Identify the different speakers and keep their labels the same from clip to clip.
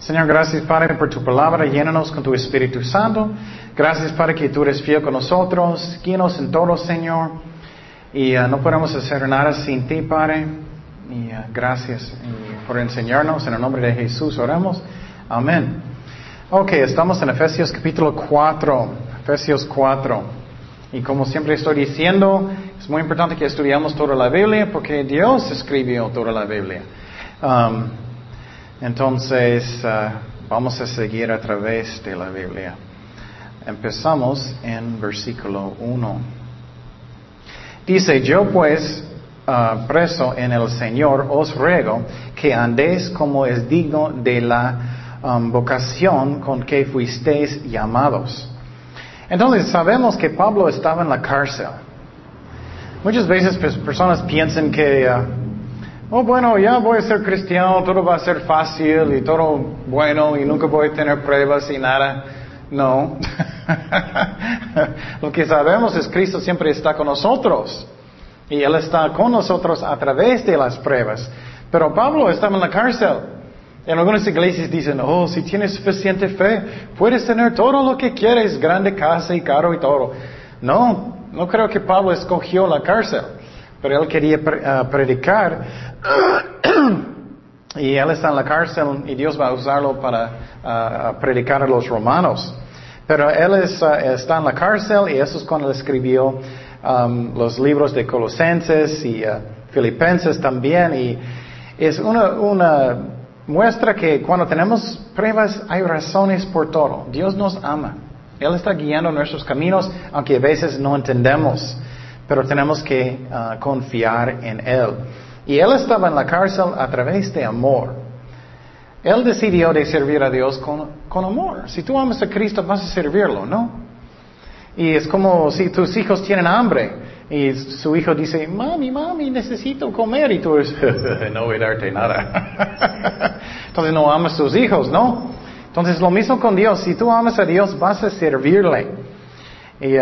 Speaker 1: Señor, gracias, Padre, por tu palabra. Llénanos con tu Espíritu Santo. Gracias, Padre, que tú eres fiel con nosotros. Guíanos en todo, Señor. Y no podemos hacer nada sin ti, Padre. Y gracias por enseñarnos. En el nombre de Jesús oramos. Amén. Ok, estamos en Efesios capítulo 4. Efesios 4. Y como siempre estoy diciendo, es muy importante que estudiamos toda la Biblia porque Dios escribió toda la Biblia. Entonces, vamos a seguir a través de la Biblia. Empezamos en versículo 1. Dice, yo pues, preso en el Señor, os ruego que andéis como es digno de la vocación con que fuisteis llamados. Entonces, sabemos que Pablo estaba en la cárcel. Muchas veces personas piensan que, bueno, ya voy a ser cristiano, todo va a ser fácil y todo bueno y nunca voy a tener pruebas y nada. No. Lo que sabemos es que Cristo siempre está con nosotros. Y Él está con nosotros a través de las pruebas. Pero Pablo estaba en la cárcel. En algunas iglesias dicen, si tienes suficiente fe, puedes tener todo lo que quieres, grande casa y carro y todo. No creo que Pablo escogió la cárcel. Pero él quería predicar. Y él está en la cárcel y Dios va a usarlo para predicar a los romanos. Pero él está en la cárcel y eso es cuando él escribió los libros de Colosenses y Filipenses también. Y es una muestra que cuando tenemos pruebas hay razones por todo. Dios nos ama. Él está guiando nuestros caminos, aunque a veces no entendemos. Pero tenemos que confiar en Él. Y Él estaba en la cárcel a través de amor. Él decidió de servir a Dios con amor. Si tú amas a Cristo, vas a servirlo, ¿no? Y es como si tus hijos tienen hambre. Y su hijo dice, mami, necesito comer. Y tú dices, no voy a darte nada. Entonces no amas a tus hijos, ¿no? Entonces lo mismo con Dios. Si tú amas a Dios, vas a servirle. Y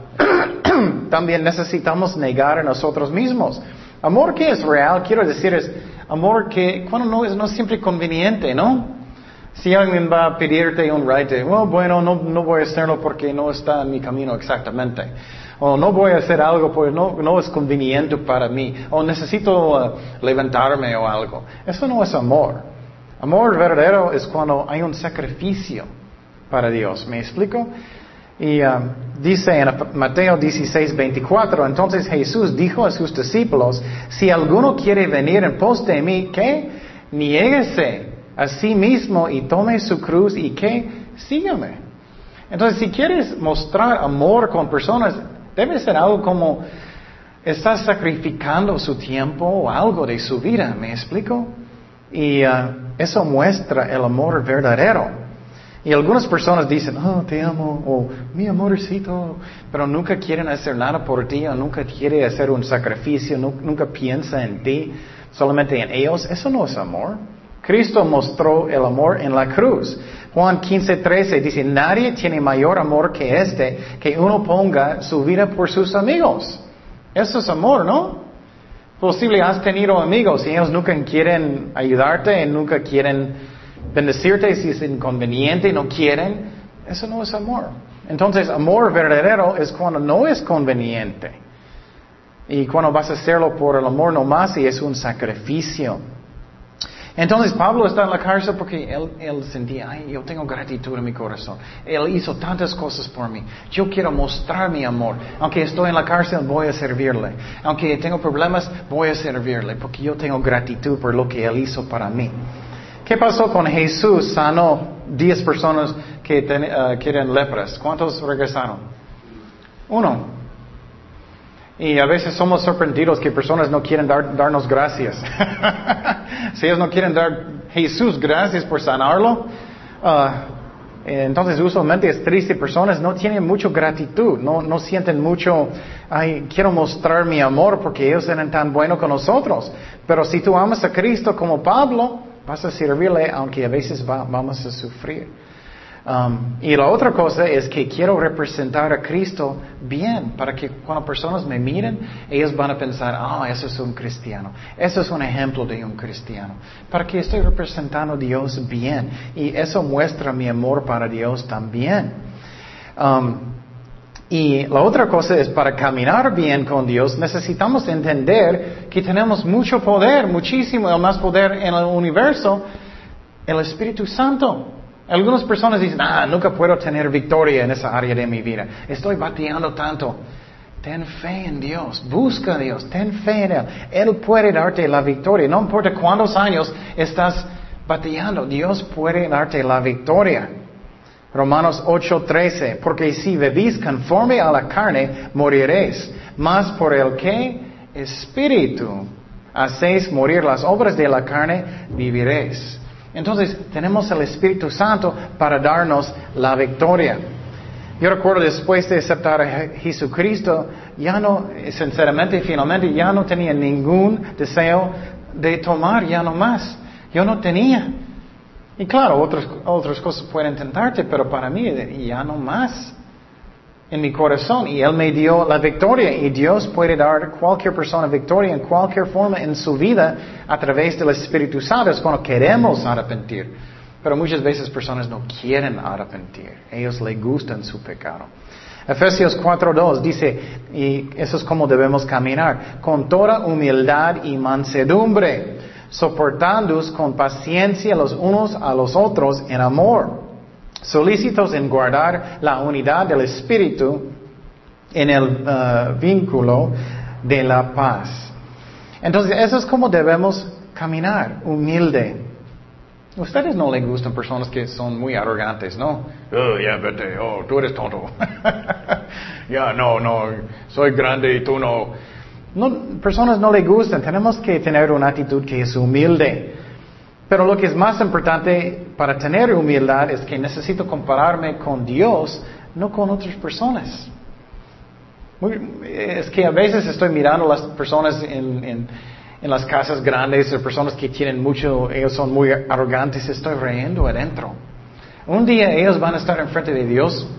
Speaker 1: también necesitamos negar a nosotros mismos. Amor que es real, quiero decir, es amor que cuando no es siempre conveniente, ¿no? Si alguien va a pedirte un ride, no voy a hacerlo porque no está en mi camino exactamente. O no voy a hacer algo porque no es conveniente para mí. O necesito levantarme o algo. Eso no es amor. Amor verdadero es cuando hay un sacrificio para Dios. ¿Me explico? Y dice en Mateo 16:24, entonces Jesús dijo a sus discípulos, si alguno quiere venir en pos de mí, ¿qué? Niéguese a sí mismo y tome su cruz y ¿qué? Sígame. Entonces, si quieres mostrar amor con personas, debe ser algo como, estás sacrificando su tiempo o algo de su vida, ¿me explico? Y eso muestra el amor verdadero. Y algunas personas dicen, te amo, o mi amorcito, pero nunca quieren hacer nada por ti, o nunca quieren hacer un sacrificio, nunca piensa en ti, solamente en ellos. Eso no es amor. Cristo mostró el amor en la cruz. Juan 15:13 dice, nadie tiene mayor amor que que uno ponga su vida por sus amigos. Eso es amor, ¿no? Posible has tenido amigos y ellos nunca quieren ayudarte y nunca quieren bendecirte si es inconveniente y no quieren. Eso no es amor. Entonces, amor verdadero es cuando no es conveniente. Y cuando vas a hacerlo por el amor nomás y es un sacrificio. Entonces, Pablo está en la cárcel porque él sentía, yo tengo gratitud en mi corazón. Él hizo tantas cosas por mí. Yo quiero mostrar mi amor. Aunque estoy en la cárcel, voy a servirle. Aunque tengo problemas, voy a servirle. Porque yo tengo gratitud por lo que Él hizo para mí. ¿Qué pasó con Jesús? Sanó 10 personas que eran lepras. ¿Cuántos regresaron? 1. Y a veces somos sorprendidos que personas no quieren darnos gracias. Si ellos no quieren dar Jesús gracias por sanarlo, entonces usualmente es triste. Personas no tienen mucha gratitud, no sienten mucho, quiero mostrar mi amor porque ellos eran tan buenos con nosotros. Pero si tú amas a Cristo como Pablo, vas a servirle aunque a veces vamos a sufrir. Y la otra cosa es que quiero representar a Cristo bien, para que cuando personas me miren, ellos van a pensar, eso es un cristiano, eso es un ejemplo de un cristiano, para que estoy representando a Dios bien, y eso muestra mi amor para Dios también. Y la otra cosa es, para caminar bien con Dios, necesitamos entender que tenemos mucho poder, muchísimo, el más poder en el universo, el Espíritu Santo. Algunas personas dicen, nunca puedo tener victoria en esa área de mi vida. Estoy bateando tanto. Ten fe en Dios. Busca a Dios. Ten fe en Él. Él puede darte la victoria. No importa cuántos años estás bateando. Dios puede darte la victoria. Romanos 8:13. Porque si vivís conforme a la carne, moriréis. Mas por el que Espíritu hacéis morir las obras de la carne, viviréis. Entonces, tenemos el Espíritu Santo para darnos la victoria. Yo recuerdo después de aceptar a Jesucristo, sinceramente, finalmente, ya no tenía ningún deseo de tomar, ya no más. Yo no tenía. Y claro, otras cosas pueden tentarte, pero para mí ya no más. En mi corazón, y Él me dio la victoria, y Dios puede dar a cualquier persona victoria en cualquier forma en su vida a través del Espíritu Santo. Es cuando queremos arrepentir, pero muchas veces personas no quieren arrepentir, ellos les gustan su pecado. Efesios 4:2 dice, y eso es como debemos caminar, con toda humildad y mansedumbre, soportándoos con paciencia los unos a los otros en amor, solícitos en guardar la unidad del Espíritu en el vínculo de la paz. Entonces, eso es como debemos caminar, humilde. A ustedes no les gustan personas que son muy arrogantes, ¿no? Vete, tú eres tonto. No, soy grande y tú no. Personas no les gustan. Tenemos que tener una actitud que es humilde. Pero lo que es más importante para tener humildad es que necesito compararme con Dios, no con otras personas. Es que a veces estoy mirando a las personas en las casas grandes, las personas que tienen mucho, ellos son muy arrogantes, estoy riendo adentro. Un día ellos van a estar enfrente de Dios,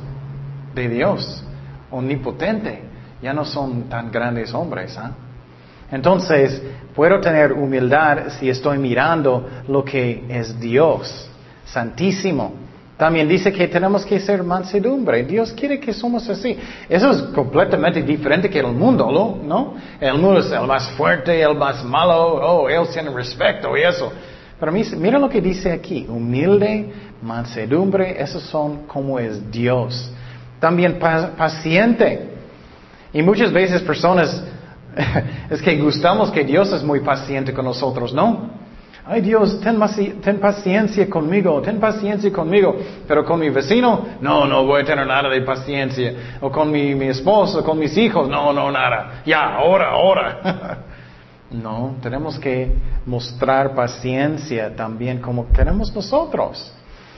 Speaker 1: omnipotente. Ya no son tan grandes hombres, Entonces, puedo tener humildad si estoy mirando lo que es Dios, santísimo. También dice que tenemos que ser mansedumbre. Dios quiere que somos así. Eso es completamente diferente que el mundo, ¿no? El mundo es el más fuerte, el más malo. Ellos tienen respeto y eso. Pero mira lo que dice aquí. Humilde, mansedumbre, esos son como es Dios. También paciente. Y muchas veces personas... es que gustamos que Dios es muy paciente con nosotros, ¿no? Ay Dios, ten paciencia conmigo, pero con mi vecino, no voy a tener nada de paciencia, o con mi esposo, con mis hijos, no, nada, ya, ahora. No, tenemos que mostrar paciencia también como tenemos nosotros.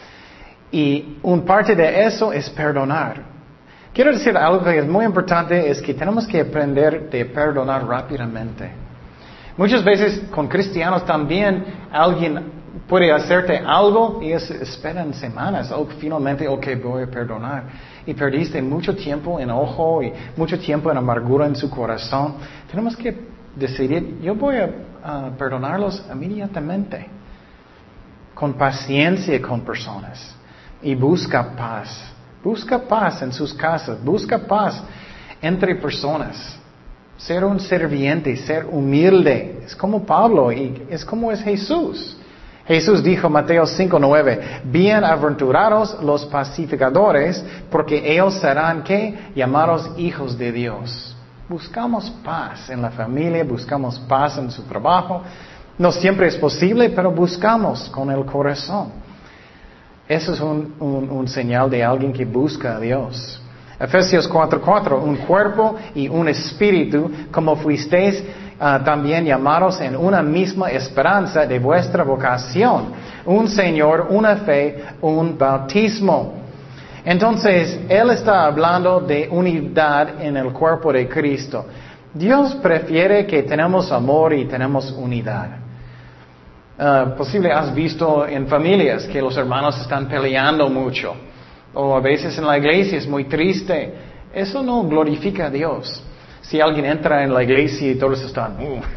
Speaker 1: Y un parte de eso es perdonar. Quiero decir algo que es muy importante, es que tenemos que aprender de perdonar rápidamente. Muchas veces con cristianos también alguien puede hacerte algo y esperan semanas, finalmente, voy a perdonar. Y perdiste mucho tiempo en enojo y mucho tiempo en amargura en su corazón. Tenemos que decidir, yo voy a perdonarlos inmediatamente. Con paciencia con personas. Y busca paz. Busca paz en sus casas, busca paz entre personas. Ser un serviente, ser humilde. Es como Pablo y es como es Jesús. Jesús dijo, Mateo 5:9, bienaventurados los pacificadores, porque ellos serán, ¿qué? Llamados hijos de Dios. Buscamos paz en la familia, buscamos paz en su trabajo. No siempre es posible, pero buscamos con el corazón. Eso es un señal de alguien que busca a Dios. Efesios 4:4, un cuerpo y un espíritu, como fuisteis también llamados en una misma esperanza de vuestra vocación. Un Señor, una fe, un bautismo. Entonces, Él está hablando de unidad en el cuerpo de Cristo. Dios prefiere que tenemos amor y tenemos unidad. Posible has visto en familias que los hermanos están peleando mucho. O a veces en la iglesia es muy triste. Eso no glorifica a Dios. Si alguien entra en la iglesia y todos están,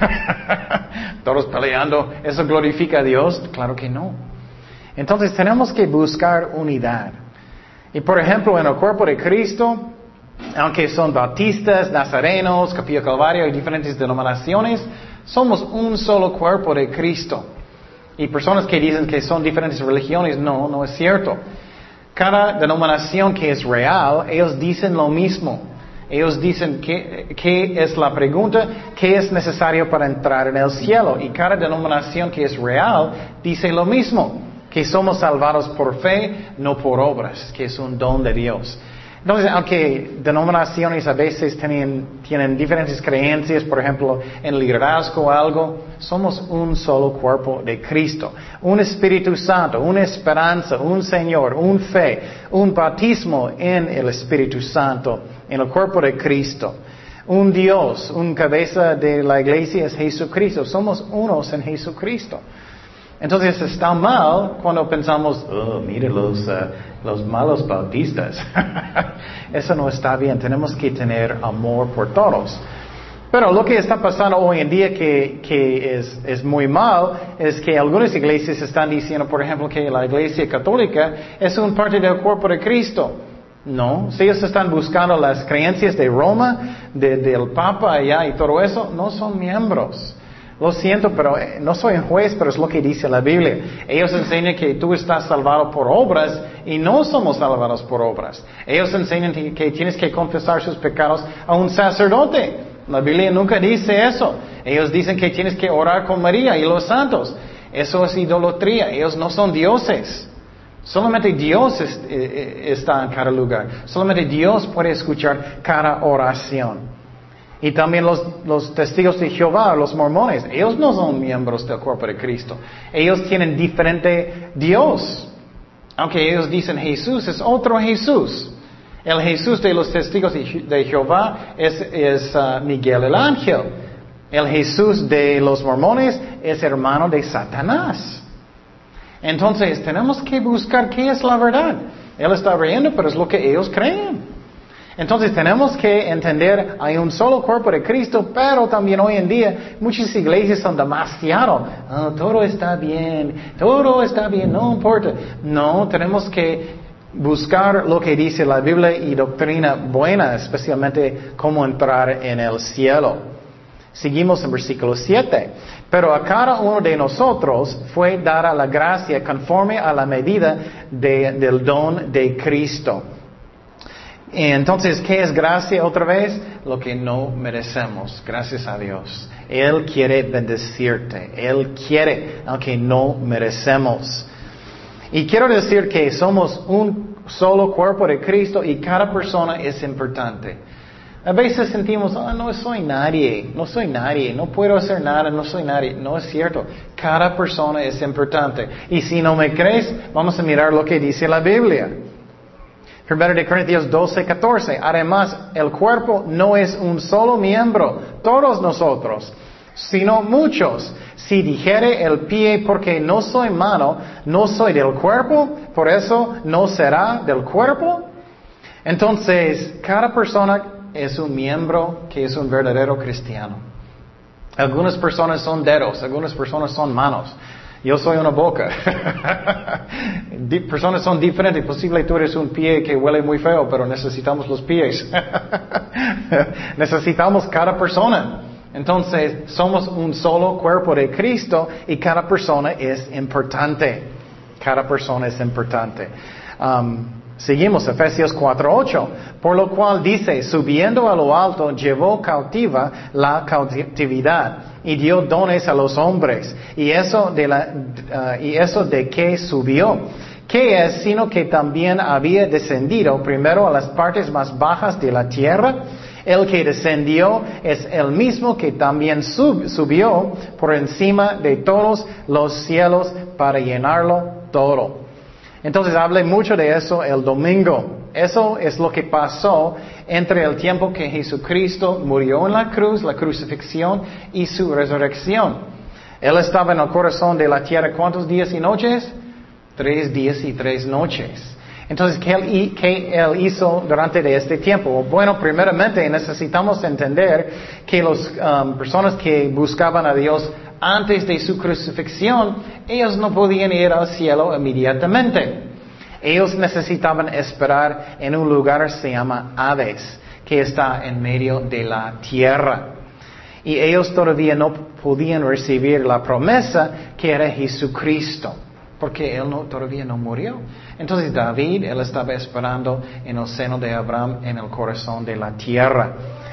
Speaker 1: todos peleando, ¿eso glorifica a Dios? Claro que no. Entonces tenemos que buscar unidad. Y por ejemplo, en el cuerpo de Cristo, aunque son bautistas, nazarenos, Capilla Calvario y diferentes denominaciones, somos un solo cuerpo de Cristo. Y personas que dicen que son diferentes religiones, no es cierto. Cada denominación que es real, ellos dicen lo mismo. Ellos dicen qué es la pregunta, qué es necesario para entrar en el cielo. Y cada denominación que es real dice lo mismo, que somos salvados por fe, no por obras, que es un don de Dios. Entonces, aunque denominaciones a veces tienen diferentes creencias, por ejemplo, en liderazgo o algo, somos un solo cuerpo de Cristo. Un Espíritu Santo, una esperanza, un Señor, un fe, un bautismo en el Espíritu Santo, en el cuerpo de Cristo. Un Dios, un cabeza de la iglesia es Jesucristo. Somos unos en Jesucristo. Entonces está mal cuando pensamos, mire los malos bautistas. Eso no está bien. Tenemos que tener amor por todos. Pero lo que está pasando hoy en día que es muy mal es que algunas iglesias están diciendo, por ejemplo, que la iglesia católica es una parte del cuerpo de Cristo. No, si ellos están buscando las creencias de Roma, del Papa allá y todo eso, no son miembros. Lo siento, pero no soy un juez, pero es lo que dice la Biblia. Ellos enseñan que tú estás salvado por obras y no somos salvados por obras. Ellos enseñan que tienes que confesar sus pecados a un sacerdote. La Biblia nunca dice eso. Ellos dicen que tienes que orar con María y los santos. Eso es idolatría. Ellos no son dioses. Solamente Dios está en cada lugar. Solamente Dios puede escuchar cada oración. Y también los testigos de Jehová, los mormones, ellos no son miembros del cuerpo de Cristo. Ellos tienen diferente Dios. Aunque ellos dicen Jesús, es otro Jesús. El Jesús de los testigos de Jehová es Miguel el ángel. El Jesús de los mormones es hermano de Satanás. Entonces tenemos que buscar qué es la verdad. Él está riendo, pero es lo que ellos creen. Entonces tenemos que entender, hay un solo cuerpo de Cristo, pero también hoy en día muchas iglesias son demasiado, todo está bien, no importa. No, tenemos que buscar lo que dice la Biblia y doctrina buena, especialmente cómo entrar en el cielo. Seguimos en versículo 7. Pero a cada uno de nosotros fue dada la gracia conforme a la medida del don de Cristo. Entonces, ¿qué es gracia otra vez? Lo que no merecemos, gracias a Dios. Él quiere bendecirte, Él quiere, aunque no merecemos. Y quiero decir que somos un solo cuerpo de Cristo y cada persona es importante. A veces sentimos, no soy nadie, no puedo hacer nada, no soy nadie. No es cierto, cada persona es importante. Y si no me crees, vamos a mirar lo que dice la Biblia. 1 Corintios 12:14. Además, el cuerpo no es un solo miembro, todos nosotros, sino muchos. Si dijere el pie, porque no soy mano, no soy del cuerpo, por eso no será del cuerpo. Entonces, cada persona es un miembro que es un verdadero cristiano. Algunas personas son dedos, algunas personas son manos. Yo soy una boca. Personas son diferentes. Posible tú eres un pie que huele muy feo, pero necesitamos los pies. Necesitamos cada persona. Entonces, somos un solo cuerpo de Cristo y cada persona es importante. Cada persona es importante. Seguimos, Efesios 4:8. Por lo cual dice, subiendo a lo alto, llevó cautiva la cautividad y dio dones a los hombres. Y eso de qué subió. ¿Qué es? Sino que también había descendido primero a las partes más bajas de la tierra. El que descendió es el mismo que también subió por encima de todos los cielos para llenarlo todo. Entonces hablé mucho de eso el domingo. Eso es lo que pasó entre el tiempo que Jesucristo murió en la cruz, la crucifixión y su resurrección. Él estaba en el corazón de la tierra, ¿cuántos días y noches? 3 días y 3 noches. Entonces, ¿qué él hizo durante este tiempo? Bueno, primeramente necesitamos entender que las personas que buscaban a Dios antes de su crucifixión, ellos no podían ir al cielo inmediatamente. Ellos necesitaban esperar en un lugar que se llama Hades, que está en medio de la tierra. Y ellos todavía no podían recibir la promesa que era Jesucristo, porque él todavía no murió. Entonces David, él estaba esperando en el seno de Abraham, en el corazón de la tierra.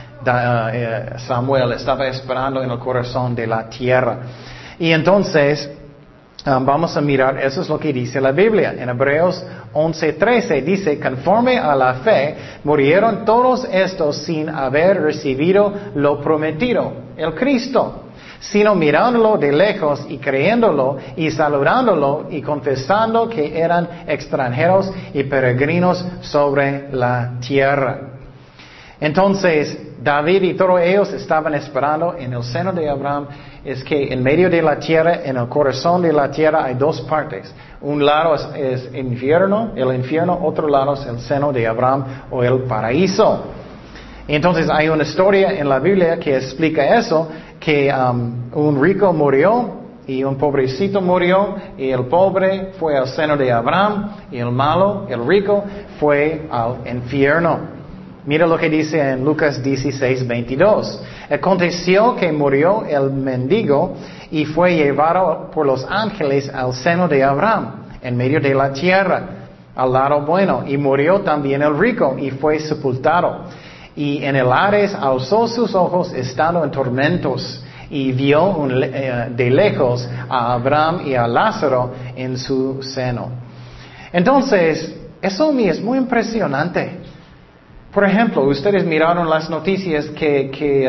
Speaker 1: Samuel estaba esperando en el corazón de la tierra. Y entonces, vamos a mirar, eso es lo que dice la Biblia. En Hebreos 11:13 dice, conforme a la fe, murieron todos estos sin haber recibido lo prometido, el Cristo, sino mirándolo de lejos y creyéndolo y saludándolo y confesando que eran extranjeros y peregrinos sobre la tierra. Entonces, David y todos ellos estaban esperando en el seno de Abraham. Es que en medio de la tierra, en el corazón de la tierra, hay dos partes. Un lado es el infierno, otro lado es el seno de Abraham o el paraíso. Entonces hay una historia en la Biblia que explica eso, que un rico murió y un pobrecito murió, y el pobre fue al seno de Abraham y el malo, el rico, fue al infierno. Mira lo que dice en Lucas 16:22. Aconteció que murió el mendigo y fue llevado por los ángeles al seno de Abraham, en medio de la tierra, al lado bueno. Y murió también el rico y fue sepultado. Y en el Hades alzó sus ojos estando en tormentos y vio de lejos a Abraham y a Lázaro en su seno. Entonces, eso a mí es muy impresionante. Por ejemplo, ustedes miraron las noticias que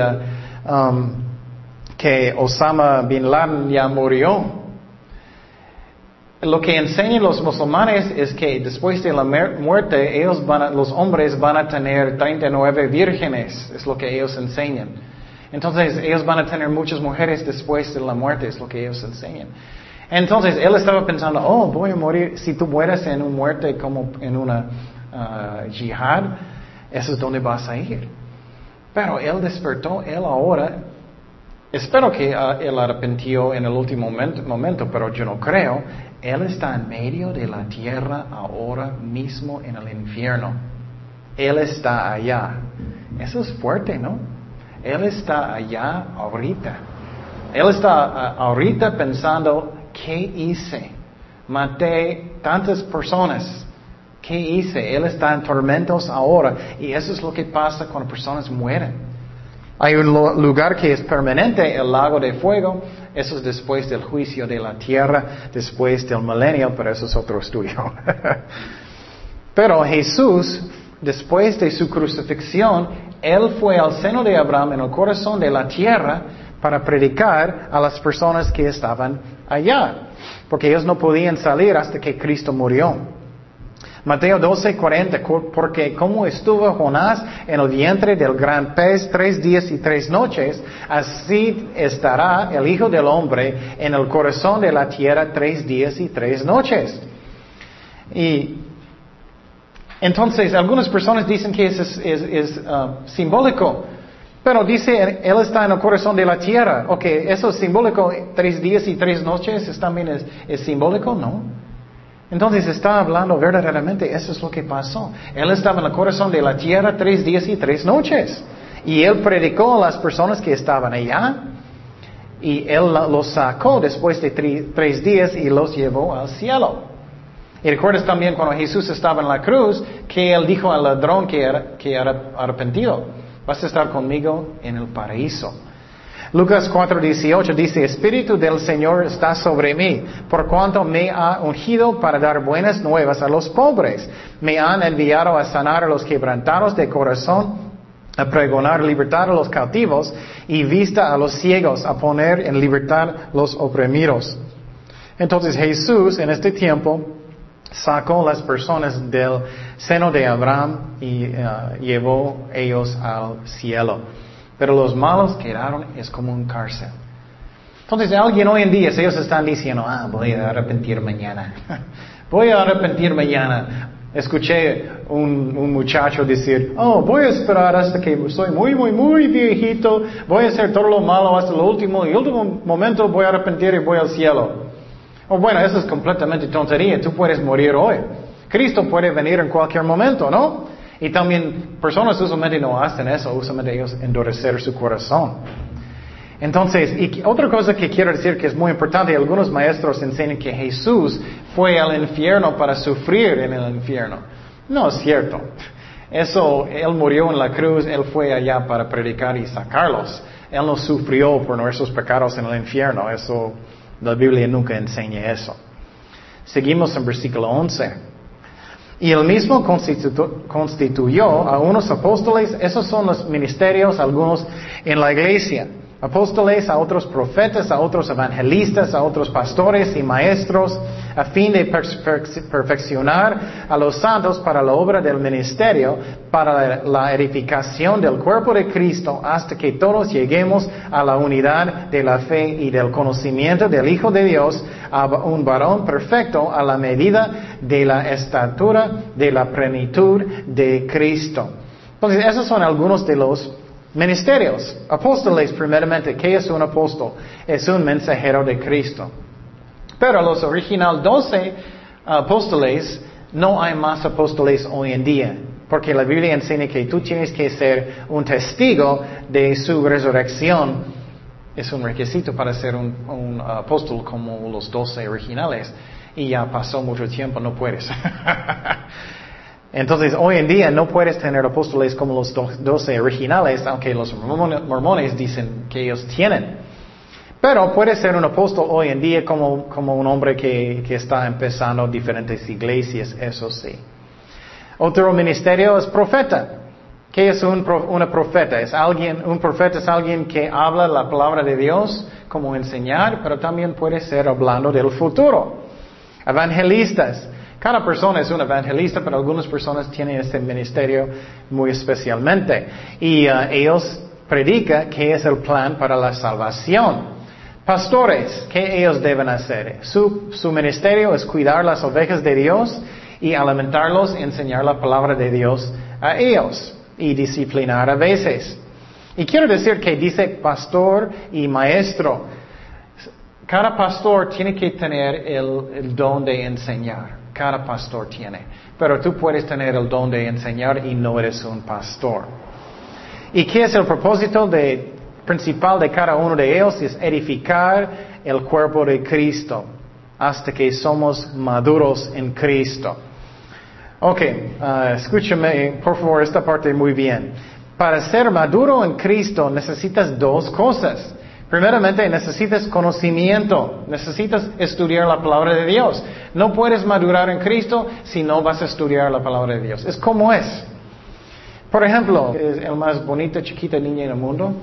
Speaker 1: Osama Bin Laden ya murió. Lo que enseñan los musulmanes es que después de la muerte, los hombres van a tener 39 vírgenes, es lo que ellos enseñan. Entonces, ellos van a tener muchas mujeres después de la muerte, es lo que ellos enseñan. Entonces, él estaba pensando, voy a morir, si tú mueres en una muerte como en una jihad, eso es donde vas a ir. Pero él despertó, él ahora, espero que él arrepintió en el último momento, pero yo no creo. Él está en medio de la tierra ahora mismo en el infierno. Él está allá. Eso es fuerte, ¿no? Él está allá ahorita. Él está ahorita pensando, ¿qué hice? Maté tantas personas. ¿Qué hice? Él está en tormentos ahora. Y eso es lo que pasa cuando personas mueren. Hay un lugar que es permanente, el lago de fuego. Eso es después del juicio de la tierra, después del milenio, pero eso es otro estudio. Pero Jesús, después de su crucifixión, Él fue al seno de Abraham en el corazón de la tierra para predicar a las personas que estaban allá. Porque ellos no podían salir hasta que Cristo murió. Mateo 12:40, porque como estuvo Jonás en el vientre del gran pez 3 días y 3 noches, así estará el Hijo del Hombre en el corazón de la tierra 3 días y 3 noches. Y entonces algunas personas dicen que es simbólico, pero dice Él está en el corazón de la tierra. Ok, eso es simbólico, 3 días y 3 noches también es simbólico, ¿no? Entonces está hablando verdaderamente, eso es lo que pasó. Él estaba en el corazón de la tierra 3 días y 3 noches. Y Él predicó a las personas que estaban allá. Y Él los sacó después de 3 días y los llevó al cielo. Y recuerdas también cuando Jesús estaba en la cruz, que Él dijo al ladrón que era arrepentido, vas a estar conmigo en el paraíso. Lucas 4:18 dice, Espíritu del Señor está sobre mí, por cuanto me ha ungido para dar buenas nuevas a los pobres. Me han enviado a sanar a los quebrantados de corazón, a pregonar libertad a los cautivos y vista a los ciegos, a poner en libertad los oprimidos. Entonces Jesús en este tiempo sacó las personas del seno de Abraham y llevó ellos al cielo. Pero los malos quedaron, es como un cárcel. Entonces alguien hoy en día, ellos están diciendo, voy a arrepentir mañana. Voy a arrepentir mañana. Escuché un muchacho decir, voy a esperar hasta que soy muy, muy, muy viejito, voy a hacer todo lo malo hasta lo último, y el último momento voy a arrepentir y voy al cielo. Bueno, eso es completamente tontería, tú puedes morir hoy. Cristo puede venir en cualquier momento, ¿no? Y también personas usualmente no hacen eso, usualmente ellos endurecer su corazón. Entonces, y otra cosa que quiero decir que es muy importante, algunos maestros enseñan que Jesús fue al infierno para sufrir en el infierno. No es cierto. Eso, Él murió en la cruz, Él fue allá para predicar y sacarlos. Él no sufrió por nuestros pecados en el infierno. Eso, la Biblia nunca enseña eso. Seguimos en versículo 11. Y Él mismo constituyó a unos apóstoles, esos son los ministerios, algunos en la iglesia. Apóstoles, a otros profetas, a otros evangelistas, a otros pastores y maestros, a fin de perfeccionar a los santos para la obra del ministerio, para la edificación del cuerpo de Cristo, hasta que todos lleguemos a la unidad de la fe y del conocimiento del Hijo de Dios, a un varón perfecto a la medida de la estatura de la plenitud de Cristo. Entonces, esos son algunos de los ministerios. Apóstoles, primeramente, ¿qué es un apóstol? Es un mensajero de Cristo. Pero los original 12 apóstoles, no hay más apóstoles hoy en día. Porque la Biblia enseña que tú tienes que ser un testigo de su resurrección. Es un requisito para ser un apóstol como los 12 originales. Y ya pasó mucho tiempo, no puedes. Entonces, hoy en día no puedes tener apóstoles como los 12 originales, aunque los mormones dicen que ellos tienen. Pero puede ser un apóstol hoy en día como un hombre que está empezando diferentes iglesias, eso sí. Otro ministerio es profeta. ¿Qué es una profeta? Un profeta es alguien que habla la palabra de Dios, como enseñar, pero también puede ser hablando del futuro. Evangelistas. Cada persona es un evangelista, pero algunas personas tienen este ministerio muy especialmente. Y ellos predican qué es el plan para la salvación. Pastores, ¿qué ellos deben hacer? Su ministerio es cuidar las ovejas de Dios y alimentarlos, enseñar la palabra de Dios a ellos y disciplinar a veces. Y quiero decir que dice pastor y maestro. Cada pastor tiene que tener el don de enseñar. Cada pastor tiene. Pero tú puedes tener el don de enseñar y no eres un pastor. ¿Y qué es el propósito principal de cada uno de ellos? Es edificar el cuerpo de Cristo hasta que somos maduros en Cristo. Ok, escúchame por favor esta parte muy bien. Para ser maduro en Cristo necesitas dos cosas. Primeramente, necesitas conocimiento, necesitas estudiar la palabra de Dios. No puedes madurar en Cristo si no vas a estudiar la palabra de Dios. Es como es. Por ejemplo, es el más bonita, chiquita niña en el mundo.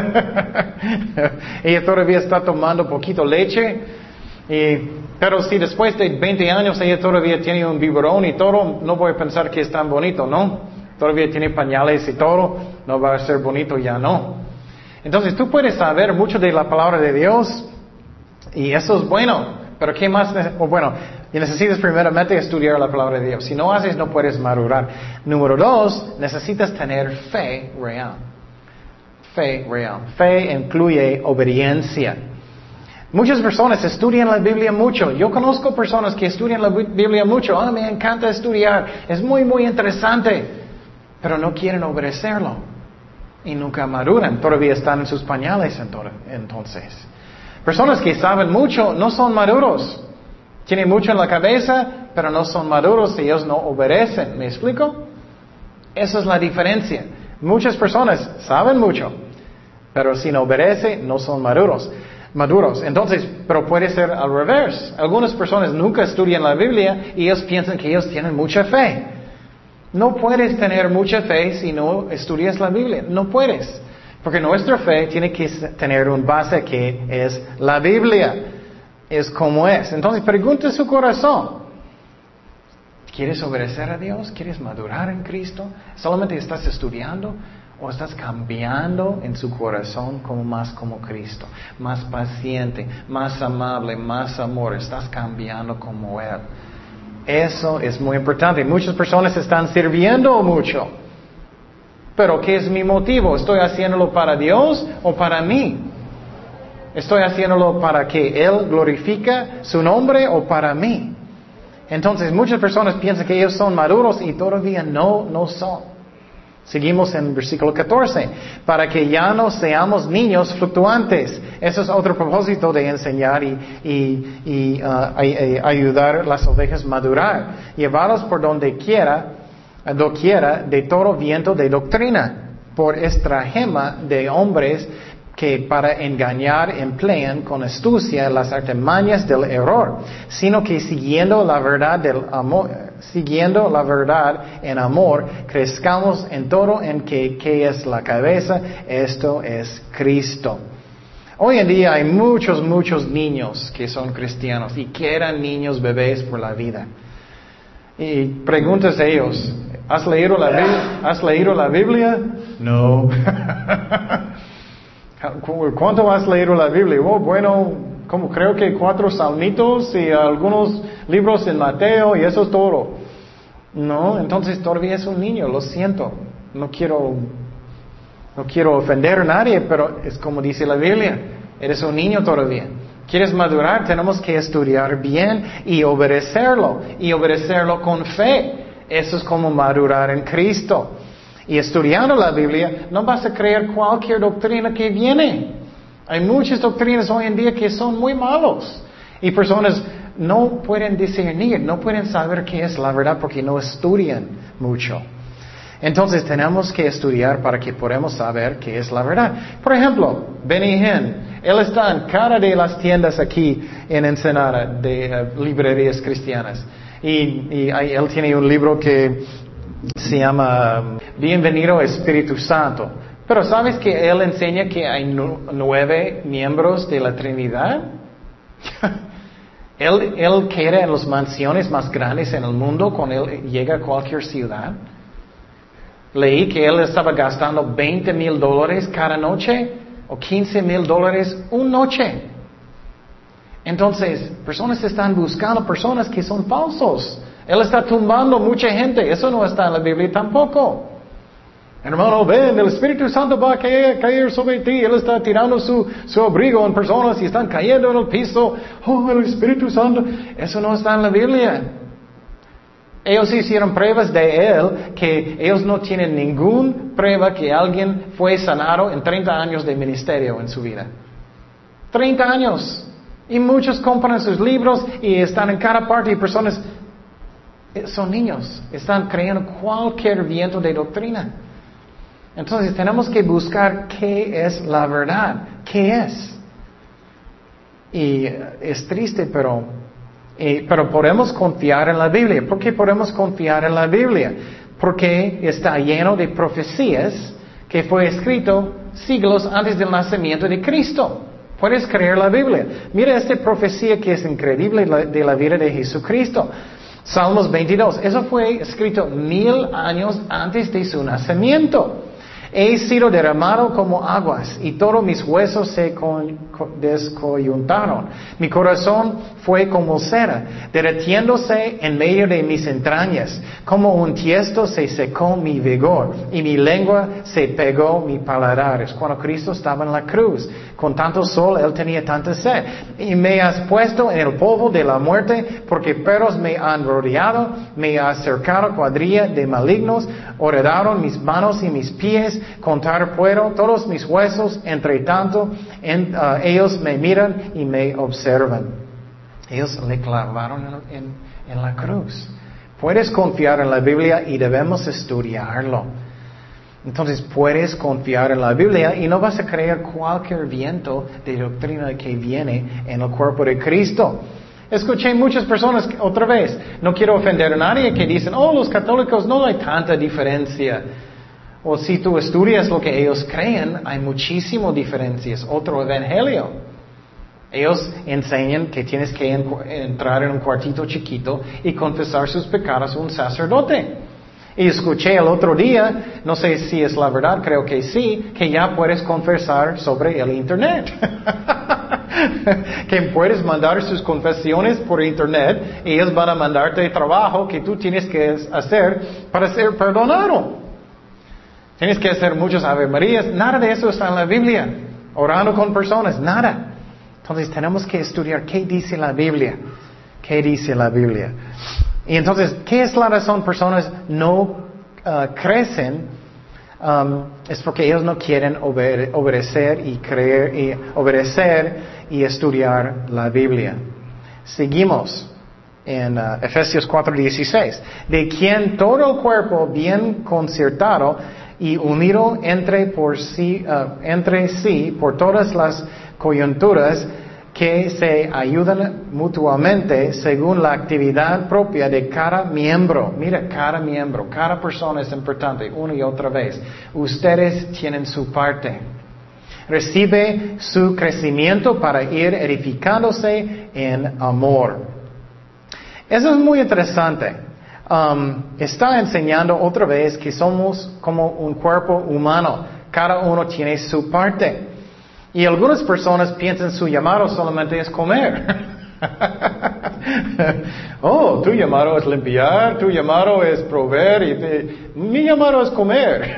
Speaker 1: Ella todavía está tomando poquito leche. Pero si después de 20 años ella todavía tiene un biberón y todo, no voy a pensar que es tan bonito, ¿no? Todavía tiene pañales y todo, no va a ser bonito, ya no. Entonces tú puedes saber mucho de la palabra de Dios y eso es bueno, pero ¿qué más? Bueno, necesitas primeramente estudiar la palabra de Dios. Si no haces, no puedes madurar. Número 2, necesitas tener fe real. Fe real. Fe incluye obediencia. Muchas personas estudian la Biblia mucho. Yo conozco personas que estudian la Biblia mucho. Me encanta estudiar. Es muy, muy interesante. Pero no quieren obedecerlo. Y nunca maduran, todavía están en sus pañales entonces. Personas que saben mucho no son maduros. Tienen mucho en la cabeza, pero no son maduros y ellos no obedecen. ¿Me explico? Esa es la diferencia. Muchas personas saben mucho, pero si no obedecen, no son maduros. Entonces, pero puede ser al revés. Algunas personas nunca estudian la Biblia y ellos piensan que ellos tienen mucha fe. No puedes tener mucha fe si no estudias la Biblia. No puedes. Porque nuestra fe tiene que tener un base que es la Biblia. Es como es. Entonces pregunta su corazón. ¿Quieres obedecer a Dios? ¿Quieres madurar en Cristo? ¿Solamente estás estudiando? ¿O estás cambiando en su corazón más como Cristo? Más paciente, más amable, más amor. Estás cambiando como Él. Eso es muy importante. Muchas personas están sirviendo mucho. Pero ¿qué es mi motivo? ¿Estoy haciéndolo para Dios o para mí? ¿Estoy haciéndolo para que Él glorifique su nombre o para mí? Entonces muchas personas piensan que ellos son maduros y todavía no son. Seguimos en versículo 14. Para que ya no seamos niños fluctuantes. Eso es otro propósito de enseñar y ayudar a las ovejas a madurar. Llevarlos por doquiera de todo viento de doctrina. Por estratagema de hombres que para engañar emplean con astucia las artimañas del error, sino que siguiendo la verdad en amor, crezcamos en todo en que es la cabeza, esto es Cristo. Hoy en día hay muchos niños que son cristianos y que eran niños bebés por la vida. Y preguntas a ellos, ¿has leído la Biblia? No. ¿Cuánto has leído la Biblia? Oh, bueno, como creo que 4 salmitos y algunos libros en Mateo y eso es todo. No, entonces todavía es un niño, lo siento. No quiero ofender a nadie, pero es como dice la Biblia, eres un niño todavía. ¿Quieres madurar? Tenemos que estudiar bien y obedecerlo con fe. Eso es como madurar en Cristo. Y estudiando la Biblia, no vas a creer cualquier doctrina que viene. Hay muchas doctrinas hoy en día que son muy malos. Y personas no pueden discernir, no pueden saber qué es la verdad porque no estudian mucho. Entonces tenemos que estudiar para que podamos saber qué es la verdad. Por ejemplo, Benny Hinn, él está en cada de las tiendas aquí en Ensenada de librerías cristianas. Y él tiene un libro que se llama Bienvenido Espíritu Santo. Pero ¿sabes que él enseña que hay 9 miembros de la Trinidad? Él queda en las mansiones más grandes en el mundo cuando él llega a cualquier ciudad. Leí que él estaba gastando $20,000 cada noche o $15,000 una noche. Entonces, personas están buscando personas que son falsos. Él está tumbando mucha gente. Eso no está en la Biblia tampoco. Hermano, ven, el Espíritu Santo va a caer sobre ti. Él está tirando su abrigo en personas y están cayendo en el piso. Oh, el Espíritu Santo. Eso no está en la Biblia. Ellos hicieron pruebas de él que ellos no tienen ninguna prueba que alguien fue sanado en 30 años de ministerio en su vida. 30 años. Y muchos compran sus libros y están en cada parte y personas son niños, están creyendo cualquier viento de doctrina. Entonces tenemos que buscar qué es la verdad, qué es. Y es triste, pero podemos confiar en la Biblia. ¿Por qué podemos confiar en la Biblia? Porque está lleno de profecías que fue escrito siglos antes del nacimiento de Cristo. Puedes creer la Biblia. Mira esta profecía que es increíble de la vida de Jesucristo. Salmos 22. Eso fue escrito 1000 años antes de su nacimiento. He sido derramado como aguas y todos mis huesos se descoyuntaron. Mi corazón fue como cera, derritiéndose en medio de mis entrañas. Como un tiesto se secó mi vigor y mi lengua se pegó mi paladar. Es cuando Cristo estaba en la cruz. Con tanto sol, Él tenía tanta sed. Y me has puesto en el polvo de la muerte, porque perros me han rodeado, me ha cercado cuadrilla de malignos, horadaron mis manos y mis pies, contar puedo todos mis huesos, entre tanto ellos me miran y me observan. Ellos le clavaron en la cruz. Puedes confiar en la Biblia y debemos estudiarlo. Entonces puedes confiar en la Biblia y no vas a creer cualquier viento de doctrina que viene en el cuerpo de Cristo. Escuché muchas personas, otra vez, no quiero ofender a nadie, que dicen, oh, los católicos no hay tanta diferencia. O si tú estudias lo que ellos creen, hay muchísimas diferencias. Otro evangelio. Ellos enseñan que tienes que entrar en un cuartito chiquito y confesar sus pecados a un sacerdote. Y escuché el otro día, no sé si es la verdad, creo que sí, que ya puedes confesar sobre el Internet. Que puedes mandar sus confesiones por internet y ellos van a mandarte trabajo que tú tienes que hacer para ser perdonado. Tienes que hacer muchas Ave Marías. Nada de eso está en la Biblia. Orando con personas, nada. Entonces tenemos que estudiar qué dice la Biblia. ¿Qué dice la Biblia? Y entonces, ¿qué es la razón? Personas no crecen. Es porque ellos no quieren obedecer y creer y obedecer y estudiar la Biblia. Seguimos en Efesios 4:16. De quien todo el cuerpo bien concertado y unido entre sí por todas las coyunturas que se ayudan mutuamente según la actividad propia de cada miembro. Mira, cada miembro, cada persona es importante, una y otra vez. Ustedes tienen su parte. Recibe su crecimiento para ir edificándose en amor. Eso es muy interesante. Está enseñando otra vez que somos como un cuerpo humano. Cada uno tiene su parte. Y algunas personas piensan su llamado solamente es comer. Oh, tu llamado es limpiar, tu llamado es proveer, mi llamado es comer.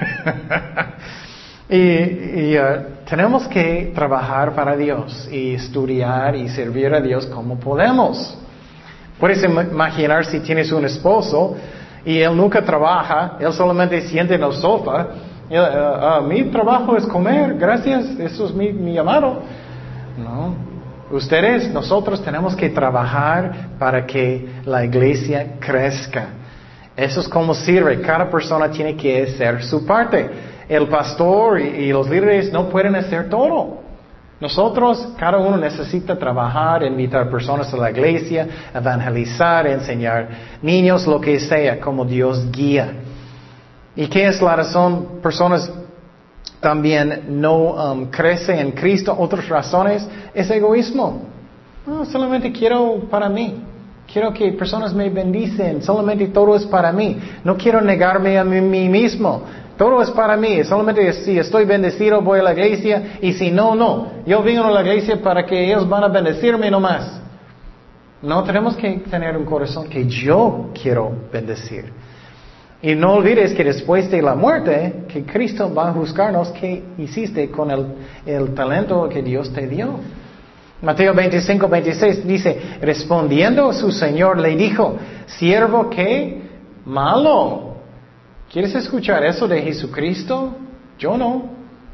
Speaker 1: y tenemos que trabajar para Dios y estudiar y servir a Dios como podemos. Puedes imaginar si tienes un esposo y él nunca trabaja, él solamente siente en el sofá. Mi trabajo es comer, gracias, eso es mi llamado. No, nosotros tenemos que trabajar para que la iglesia crezca. Eso es como sirve, cada persona tiene que hacer su parte. El pastor y los líderes no pueden hacer todo. Nosotros, cada uno necesita trabajar, invitar personas a la iglesia, evangelizar, enseñar niños, lo que sea, como Dios guía. ¿Y qué es la razón? Personas también no crecen en Cristo. Otras razones es egoísmo. No, solamente quiero para mí. Quiero que personas me bendicen. Solamente todo es para mí. No quiero negarme a mí mismo. Todo es para mí. Solamente si estoy bendecido voy a la iglesia. Y si no, no. Yo vengo a la iglesia para que ellos van a bendecirme nomás. No, tenemos que tener un corazón que yo quiero bendecir. Y no olvides que después de la muerte, que Cristo va a juzgarnos qué hiciste con el talento que Dios te dio. Mateo 25:26 dice, respondiendo su Señor le dijo, siervo ¿qué? Malo. ¿Quieres escuchar eso de Jesucristo? Yo no.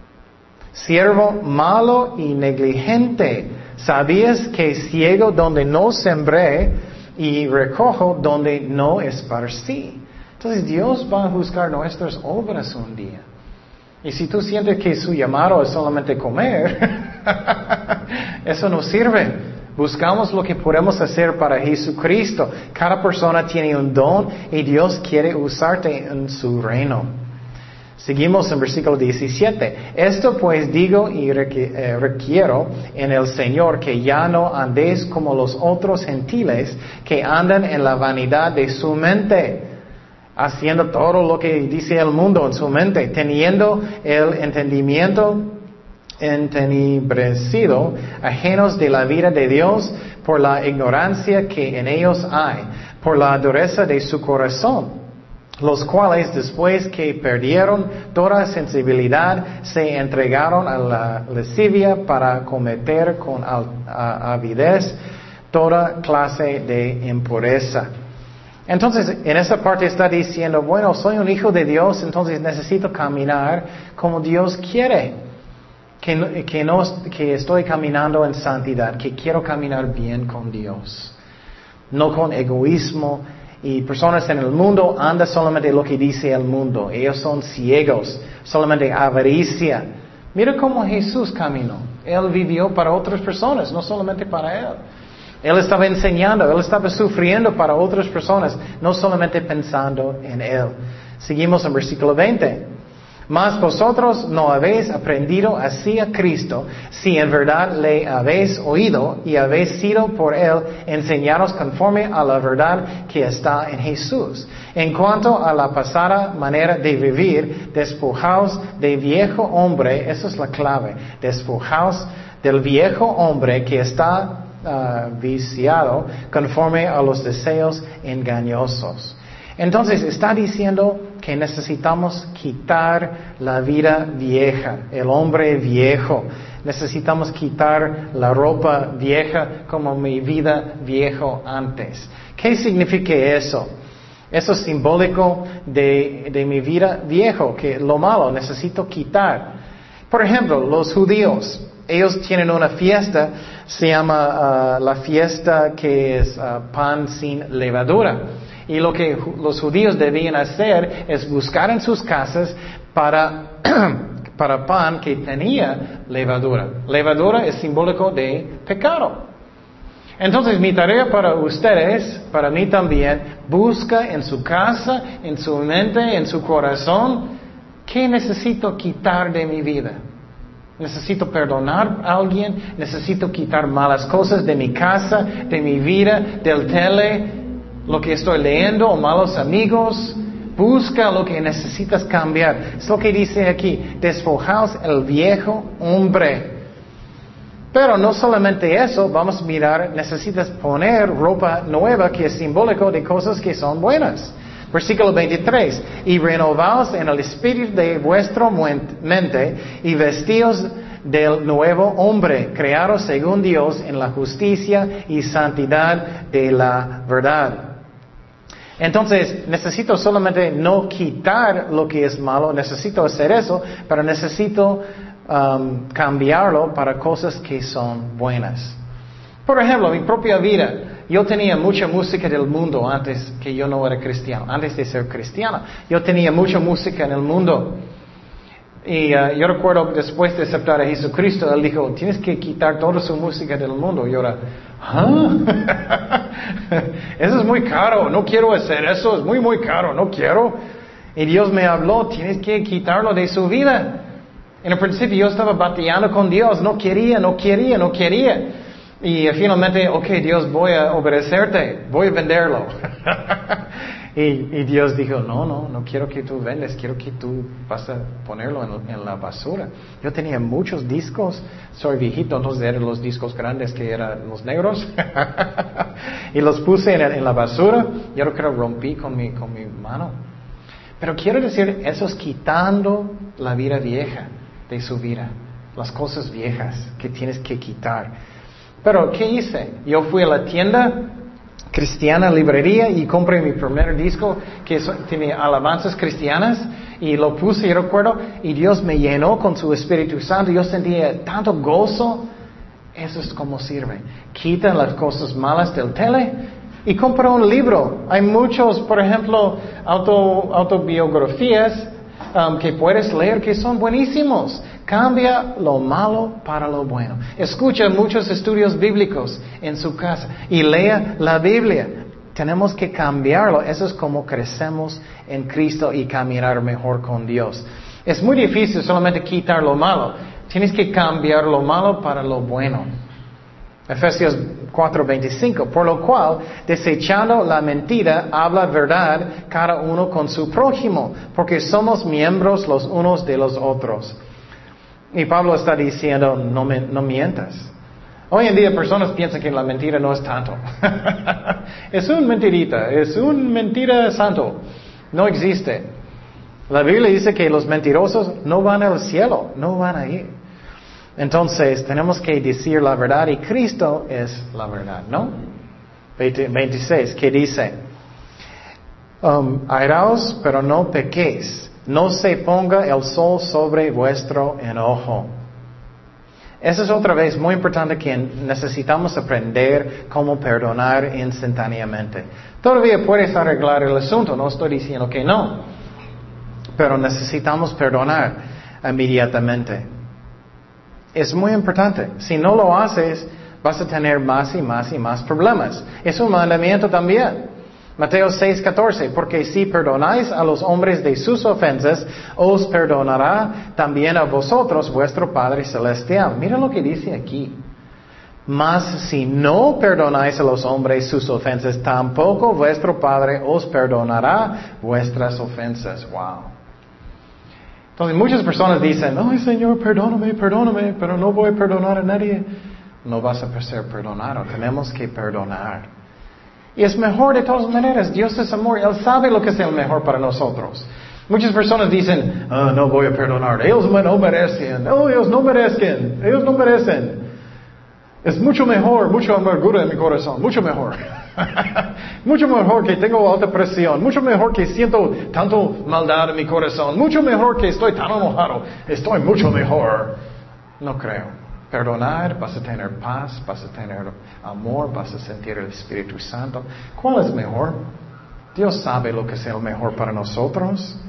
Speaker 1: Siervo malo y negligente. ¿Sabías que ciego donde no sembré y recojo donde no esparcí? Entonces Dios va a juzgar nuestras obras un día. Y si tú sientes que su llamado es solamente comer, eso no sirve. Buscamos lo que podemos hacer para Jesucristo. Cada persona tiene un don y Dios quiere usarte en su reino. Seguimos en versículo 17. Esto pues digo y requiero en el Señor que ya no andéis como los otros gentiles que andan en la vanidad de su mente, haciendo todo lo que dice el mundo en su mente, teniendo el entendimiento entenebrecido, ajenos de la vida de Dios por la ignorancia que en ellos hay, por la dureza de su corazón, los cuales después que perdieron toda sensibilidad se entregaron a la lascivia para cometer con avidez toda clase de impureza. Entonces, en esa parte está diciendo, bueno, soy un hijo de Dios, entonces necesito caminar como Dios quiere. Que estoy caminando en santidad, que quiero caminar bien con Dios. No con egoísmo. Y personas en el mundo andan solamente lo que dice el mundo. Ellos son ciegos, solamente avaricia. Mira cómo Jesús caminó. Él vivió para otras personas, no solamente para Él. Él estaba enseñando, Él estaba sufriendo para otras personas, no solamente pensando en Él. Seguimos en versículo 20. Mas vosotros no habéis aprendido así a Cristo, si en verdad le habéis oído y habéis sido por él enseñados conforme a la verdad que está en Jesús. En cuanto a la pasada manera de vivir, despojaos de viejo hombre, esa es la clave, despojaos del viejo hombre que está viciado conforme a los deseos engañosos. Entonces está diciendo que necesitamos quitar la vida vieja, el hombre viejo. Necesitamos quitar la ropa vieja como mi vida viejo antes. ¿Qué significa eso? Eso es simbólico de mi vida viejo, que lo malo necesito quitar. Por ejemplo, los judíos, ellos tienen una fiesta, se llama la fiesta que es pan sin levadura. Y lo que los judíos debían hacer es buscar en sus casas para pan que tenía levadura. Levadura es simbólico de pecado. Entonces mi tarea para ustedes, para mí también, busca en su casa, en su mente, en su corazón, ¿qué necesito quitar de mi vida? Necesito perdonar a alguien, necesito quitar malas cosas de mi casa, de mi vida, del tele, lo que estoy leyendo o malos amigos. Busca lo que necesitas cambiar. Es lo que dice aquí, despojaos el viejo hombre. Pero no solamente eso, vamos a mirar, necesitas poner ropa nueva que es simbólico de cosas que son buenas. Versículo 23, y renovaos en el espíritu de vuestra mente y vestíos del nuevo hombre, creado según Dios en la justicia y santidad de la verdad. Entonces, necesito solamente no quitar lo que es malo, necesito hacer eso, pero necesito cambiarlo para cosas que son buenas. Por ejemplo, mi propia vida, yo tenía mucha música del mundo antes que yo no era cristiano, antes de ser cristiano. Yo tenía mucha música en el mundo. Y yo recuerdo después de aceptar a Jesucristo, Él dijo, tienes que quitar toda su música del mundo. Y yo era, eso es muy caro, no quiero hacer eso, es muy, muy caro, no quiero. Y Dios me habló, tienes que quitarlo de su vida. En el principio yo estaba batallando con Dios, no quería. Y finalmente, ok, Dios, voy a obedecerte, voy a venderlo. y Dios dijo, no quiero que tú vendes, quiero que tú vas a ponerlo en la basura. Yo tenía muchos discos, soy viejito, entonces eran los discos grandes que eran los negros. Y los puse en la basura, yo creo que rompí con mi mano. Pero quiero decir, eso es quitando la vida vieja de su vida, las cosas viejas que tienes que quitar. Pero, ¿qué hice? Yo fui a la tienda cristiana, librería, y compré mi primer disco que tiene alabanzas cristianas, y lo puse, yo recuerdo, y Dios me llenó con su Espíritu Santo. Yo sentía tanto gozo. Eso es como sirve. Quita las cosas malas del tele y compra un libro. Hay muchos, por ejemplo, autobiografías que puedes leer que son buenísimos. Cambia lo malo para lo bueno. Escucha muchos estudios bíblicos en su casa y lea la Biblia. Tenemos que cambiarlo. Eso es como crecemos en Cristo y caminar mejor con Dios. Es muy difícil solamente quitar lo malo. Tienes que cambiar lo malo para lo bueno. Efesios 4:25, por lo cual, desechando la mentira, habla verdad cada uno con su prójimo, porque somos miembros los unos de los otros. Y Pablo está diciendo, no mientas. Hoy en día personas piensan que la mentira no es tanto. Es un mentirita, es un mentira santo. No existe. La Biblia dice que los mentirosos no van al cielo, no van a ir. Entonces tenemos que decir la verdad y Cristo es la verdad, ¿no? 26, que dice, airaos, pero no pequéis. No se ponga el sol sobre vuestro enojo. Eso es otra vez muy importante que necesitamos aprender cómo perdonar instantáneamente. Todavía puedes arreglar el asunto, no estoy diciendo que no, pero necesitamos perdonar inmediatamente. Es muy importante. Si no lo haces, vas a tener más y más y más problemas. Es un mandamiento también. Mateo 6:14, porque si perdonáis a los hombres de sus ofensas, os perdonará también a vosotros vuestro Padre Celestial. Mira lo que dice aquí. Mas si no perdonáis a los hombres sus ofensas, tampoco vuestro Padre os perdonará vuestras ofensas. Wow. Entonces muchas personas dicen, ay Señor, perdóname, pero no voy a perdonar a nadie. No vas a ser perdonado, tenemos que perdonar. Y es mejor de todas maneras, Dios es amor, Él sabe lo que es el mejor para nosotros. Muchas personas dicen, no voy a perdonar, ellos no merecen, ellos no merecen. Es mucho mejor, mucha amargura en mi corazón, mucho mejor. Mucho mejor que tengo alta presión, mucho mejor que siento tanto maldad en mi corazón, mucho mejor que estoy tan enojado, estoy mucho mejor. No creo. Perdonar, vas a tener paz, vas a tener amor, vas a sentir el Espíritu Santo. ¿Cuál es mejor? Dios sabe lo que es el mejor para nosotros.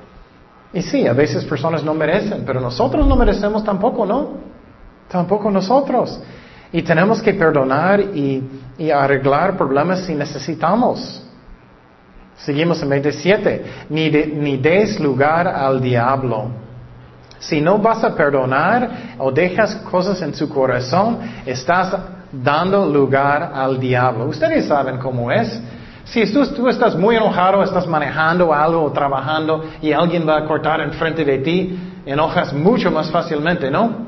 Speaker 1: Y sí, a veces personas no merecen, pero nosotros no merecemos tampoco, ¿no? Tampoco nosotros. Y tenemos que perdonar y arreglar problemas si necesitamos. Seguimos en 27. Ni des lugar al diablo. Si no vas a perdonar o dejas cosas en su corazón, estás dando lugar al diablo. Ustedes saben cómo es. Si tú estás muy enojado, estás manejando algo o trabajando y alguien va a cortar enfrente de ti, enojas mucho más fácilmente, ¿no?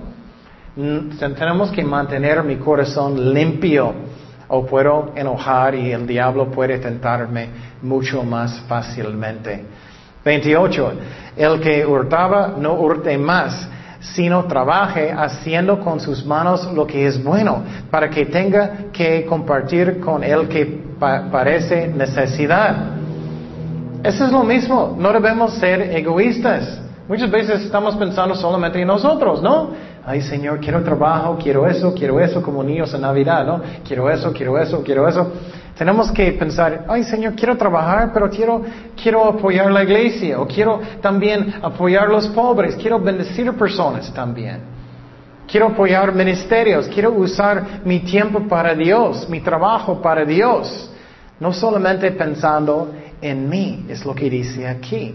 Speaker 1: Tenemos que mantener mi corazón limpio o puedo enojar y el diablo puede tentarme mucho más fácilmente. 28. El que hurtaba no hurte más, sino trabaje haciendo con sus manos lo que es bueno, para que tenga que compartir con el que parece necesidad. Eso es lo mismo, no debemos ser egoístas. Muchas veces estamos pensando solamente en nosotros, ¿no? Ay Señor, quiero trabajo, quiero eso, como niños en Navidad, ¿no? Quiero eso. Tenemos que pensar, ay Señor, quiero trabajar, pero quiero apoyar la iglesia, o quiero también apoyar a los pobres, quiero bendecir a personas también. Quiero apoyar ministerios, quiero usar mi tiempo para Dios, mi trabajo para Dios. No solamente pensando en mí, es lo que dice aquí.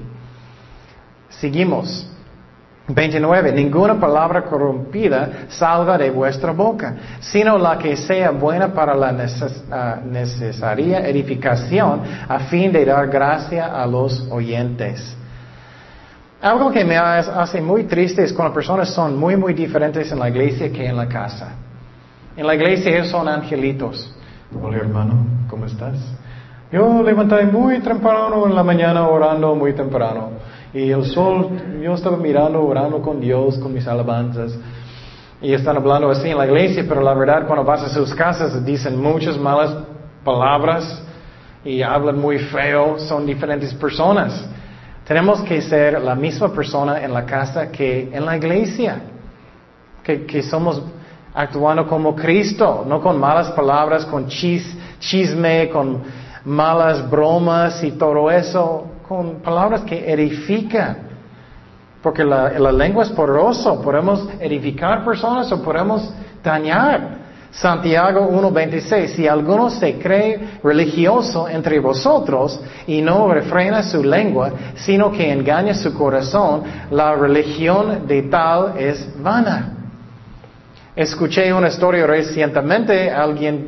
Speaker 1: Seguimos. 29. Ninguna palabra corrompida salga de vuestra boca, sino la que sea buena para la necesaria edificación, a fin de dar gracia a los oyentes. Algo que me hace muy triste es cuando personas son muy, muy diferentes en la iglesia que en la casa. En la iglesia ellos son angelitos. Hola hermano, ¿cómo estás? Yo levanté muy temprano en la mañana orando muy temprano. Y el sol, yo estaba mirando, orando con Dios, con mis alabanzas. Y están hablando así en la iglesia, pero la verdad cuando vas a sus casas dicen muchas malas palabras y hablan muy feo, son diferentes personas. Tenemos que ser la misma persona en la casa que en la iglesia. Que somos actuando como Cristo, no con malas palabras, con chisme, con malas bromas y todo eso. Con palabras que edifican. Porque la lengua es poderosa. Podemos edificar personas o podemos dañar. Santiago 1:26. Si alguno se cree religioso entre vosotros y no refrena su lengua, sino que engaña su corazón, la religión de tal es vana. Escuché una historia recientemente. Alguien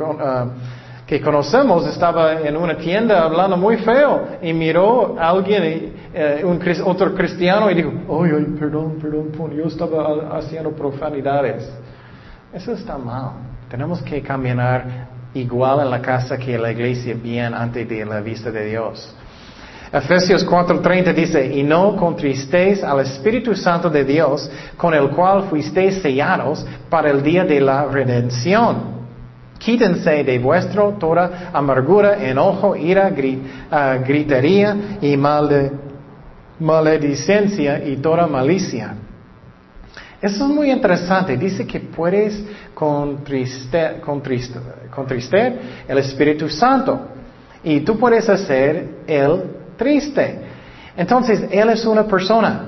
Speaker 1: que conocemos estaba en una tienda hablando muy feo y miró a alguien, otro cristiano, y dijo, ay, perdón, yo estaba haciendo profanidades. Eso está mal. Tenemos que caminar igual en la casa que en la iglesia, bien ante de la vista de Dios. Efesios 4:30 dice, y no contristéis al Espíritu Santo de Dios, con el cual fuisteis sellados para el día de la redención. Quítense de vuestro toda amargura, enojo, ira, gritería y maledicencia y toda malicia. Eso es muy interesante. Dice que puedes contrister el Espíritu Santo. Y tú puedes hacer Él triste. Entonces, Él es una persona.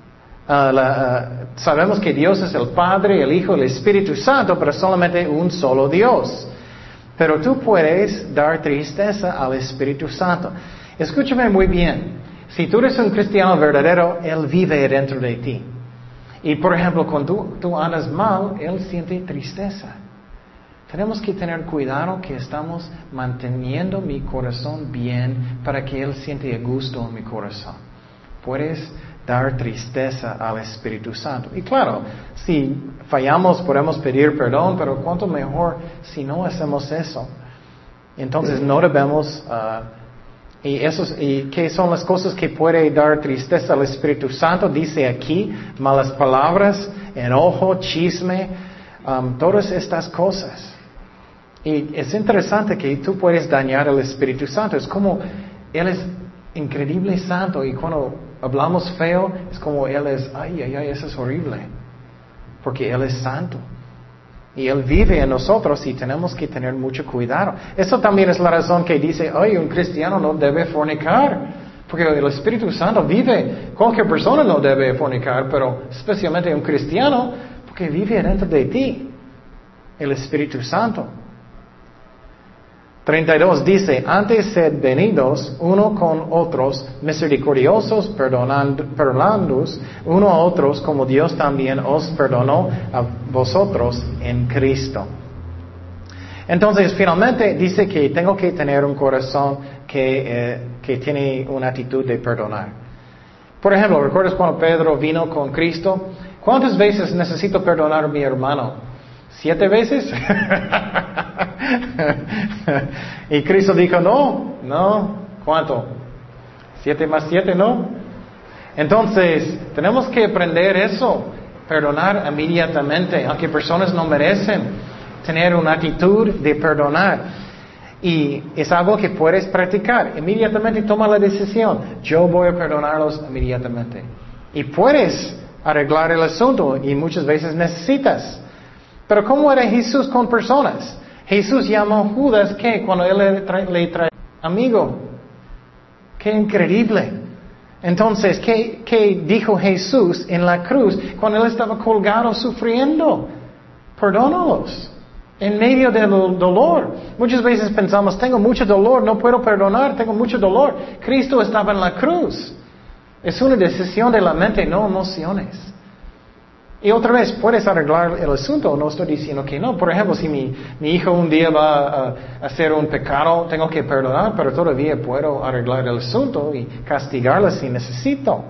Speaker 1: Sabemos que Dios es el Padre, el Hijo, el Espíritu Santo, pero solamente un solo Dios. Pero tú puedes dar tristeza al Espíritu Santo. Escúchame muy bien. Si tú eres un cristiano verdadero, Él vive dentro de ti. Y por ejemplo, cuando tú andas mal, Él siente tristeza. Tenemos que tener cuidado que estamos manteniendo mi corazón bien para que Él siente gusto en mi corazón. Puedes dar tristeza al Espíritu Santo. Y claro, si fallamos podemos pedir perdón, pero cuánto mejor si no hacemos eso. Entonces no debemos... ¿Y qué son las cosas que puede dar tristeza al Espíritu Santo? Dice aquí, malas palabras, enojo, chisme, todas estas cosas. Y es interesante que tú puedes dañar al Espíritu Santo. Es como Él es increíble santo y cuando hablamos feo es como Él es, ay, eso es horrible. Porque Él es santo. Y Él vive en nosotros y tenemos que tener mucho cuidado. Eso también es la razón que dice, ay, un cristiano no debe fornicar. Porque el Espíritu Santo vive, cualquier persona no debe fornicar, pero especialmente un cristiano, porque vive dentro de ti, el Espíritu Santo. 32 dice, antes sed venidos uno con otros, misericordiosos, perdonándoos uno a otros, como Dios también os perdonó a vosotros en Cristo. Entonces, finalmente dice que tengo que tener un corazón que tiene una actitud de perdonar. Por ejemplo, ¿recuerdas cuando Pedro vino con Cristo? ¿Cuántas veces necesito perdonar a mi hermano? 7 veces. Y Cristo dijo, no, ¿cuánto? 7 más 7, ¿no? Entonces, tenemos que aprender eso, perdonar inmediatamente, aunque personas no merecen, tener una actitud de perdonar. Y es algo que puedes practicar. Inmediatamente toma la decisión, yo voy a perdonarlos inmediatamente. Y puedes arreglar el asunto y muchas veces necesitas. Pero ¿cómo era Jesús con personas? Jesús llamó a Judas, ¿qué? Cuando él le trae amigo. ¡Qué increíble! Entonces, ¿qué dijo Jesús en la cruz cuando él estaba colgado sufriendo? Perdónalos. En medio del dolor. Muchas veces pensamos, tengo mucho dolor, no puedo perdonar, tengo mucho dolor. Cristo estaba en la cruz. Es una decisión de la mente, no emociones. Y otra vez, ¿puedes arreglar el asunto? No estoy diciendo que no. Por ejemplo, si mi hijo un día va a hacer un pecado, tengo que perdonar, pero todavía puedo arreglar el asunto y castigarla si necesito.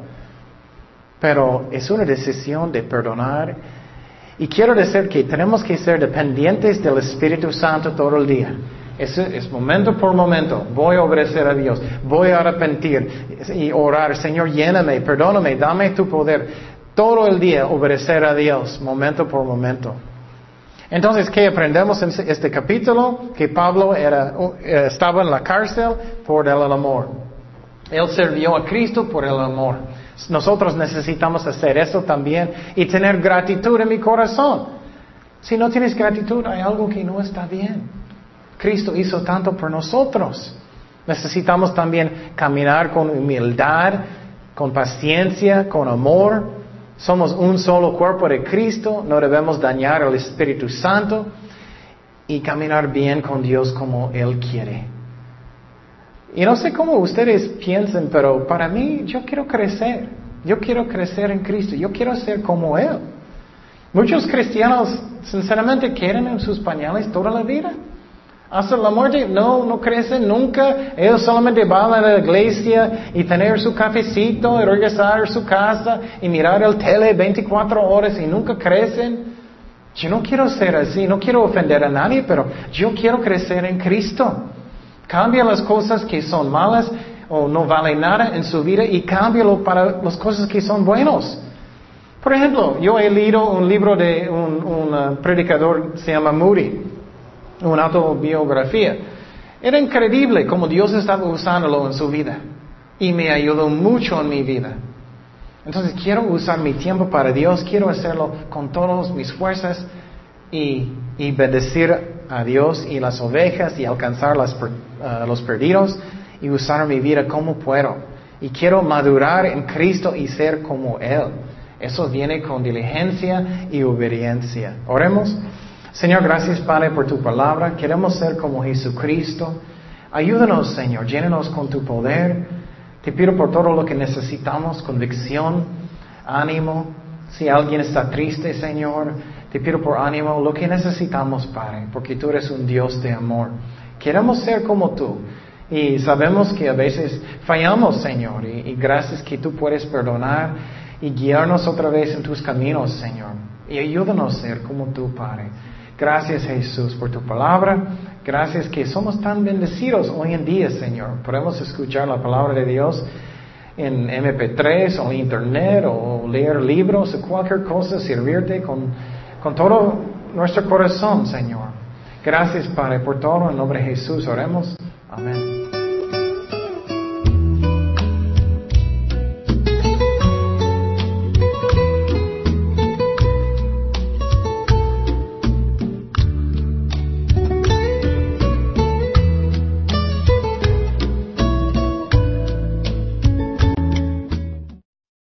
Speaker 1: Pero es una decisión de perdonar. Y quiero decir que tenemos que ser dependientes del Espíritu Santo todo el día. Es momento por momento. Voy a obedecer a Dios. Voy a arrepentir y orar. Señor, lléname, perdóname, dame tu poder. Todo el día obedecer a Dios, momento por momento. Entonces, ¿qué aprendemos en este capítulo? Que Pablo estaba en la cárcel por el amor. Él sirvió a Cristo por el amor. Nosotros necesitamos hacer eso también y tener gratitud en mi corazón. Si no tienes gratitud, hay algo que no está bien. Cristo hizo tanto por nosotros. Necesitamos también caminar con humildad, con paciencia, con amor. Somos un solo cuerpo de Cristo, no debemos dañar al Espíritu Santo y caminar bien con Dios como Él quiere. Y no sé cómo ustedes piensan, pero para mí yo quiero crecer. Yo quiero crecer en Cristo, yo quiero ser como Él. Muchos cristianos sinceramente quieren en sus pañales toda la vida. Hasta la muerte no crecen nunca. Ellos solamente van a la iglesia y tener su cafecito y regresar a su casa y mirar el tele 24 horas y nunca crecen. Yo no quiero ser así, no quiero ofender a nadie, pero yo quiero crecer en Cristo. Cambia las cosas que son malas o no valen nada en su vida y cámbialo para las cosas que son buenos. Por ejemplo, yo he leído un libro de un predicador, se llama Moody. Una autobiografía. Era increíble cómo Dios estaba usándolo en su vida. Y me ayudó mucho en mi vida. Entonces quiero usar mi tiempo para Dios. Quiero hacerlo con todas mis fuerzas. Y bendecir a Dios y las ovejas. Y alcanzar los perdidos. Y usar mi vida como puedo. Y quiero madurar en Cristo y ser como Él. Eso viene con diligencia y obediencia. Oremos. Señor, gracias, Padre, por tu palabra. Queremos ser como Jesucristo. Ayúdanos, Señor, llénanos con tu poder. Te pido por todo lo que necesitamos, convicción, ánimo. Si alguien está triste, Señor, te pido por ánimo, lo que necesitamos, Padre, porque tú eres un Dios de amor. Queremos ser como tú. Y sabemos que a veces fallamos, Señor, y gracias que tú puedes perdonar y guiarnos otra vez en tus caminos, Señor. Y ayúdanos a ser como tú, Padre. Gracias, Jesús, por tu palabra. Gracias que somos tan bendecidos hoy en día, Señor. Podemos escuchar la palabra de Dios en MP3 o en Internet o leer libros o cualquier cosa, servirte con todo nuestro corazón, Señor. Gracias, Padre, por todo. En nombre de Jesús oremos. Amén.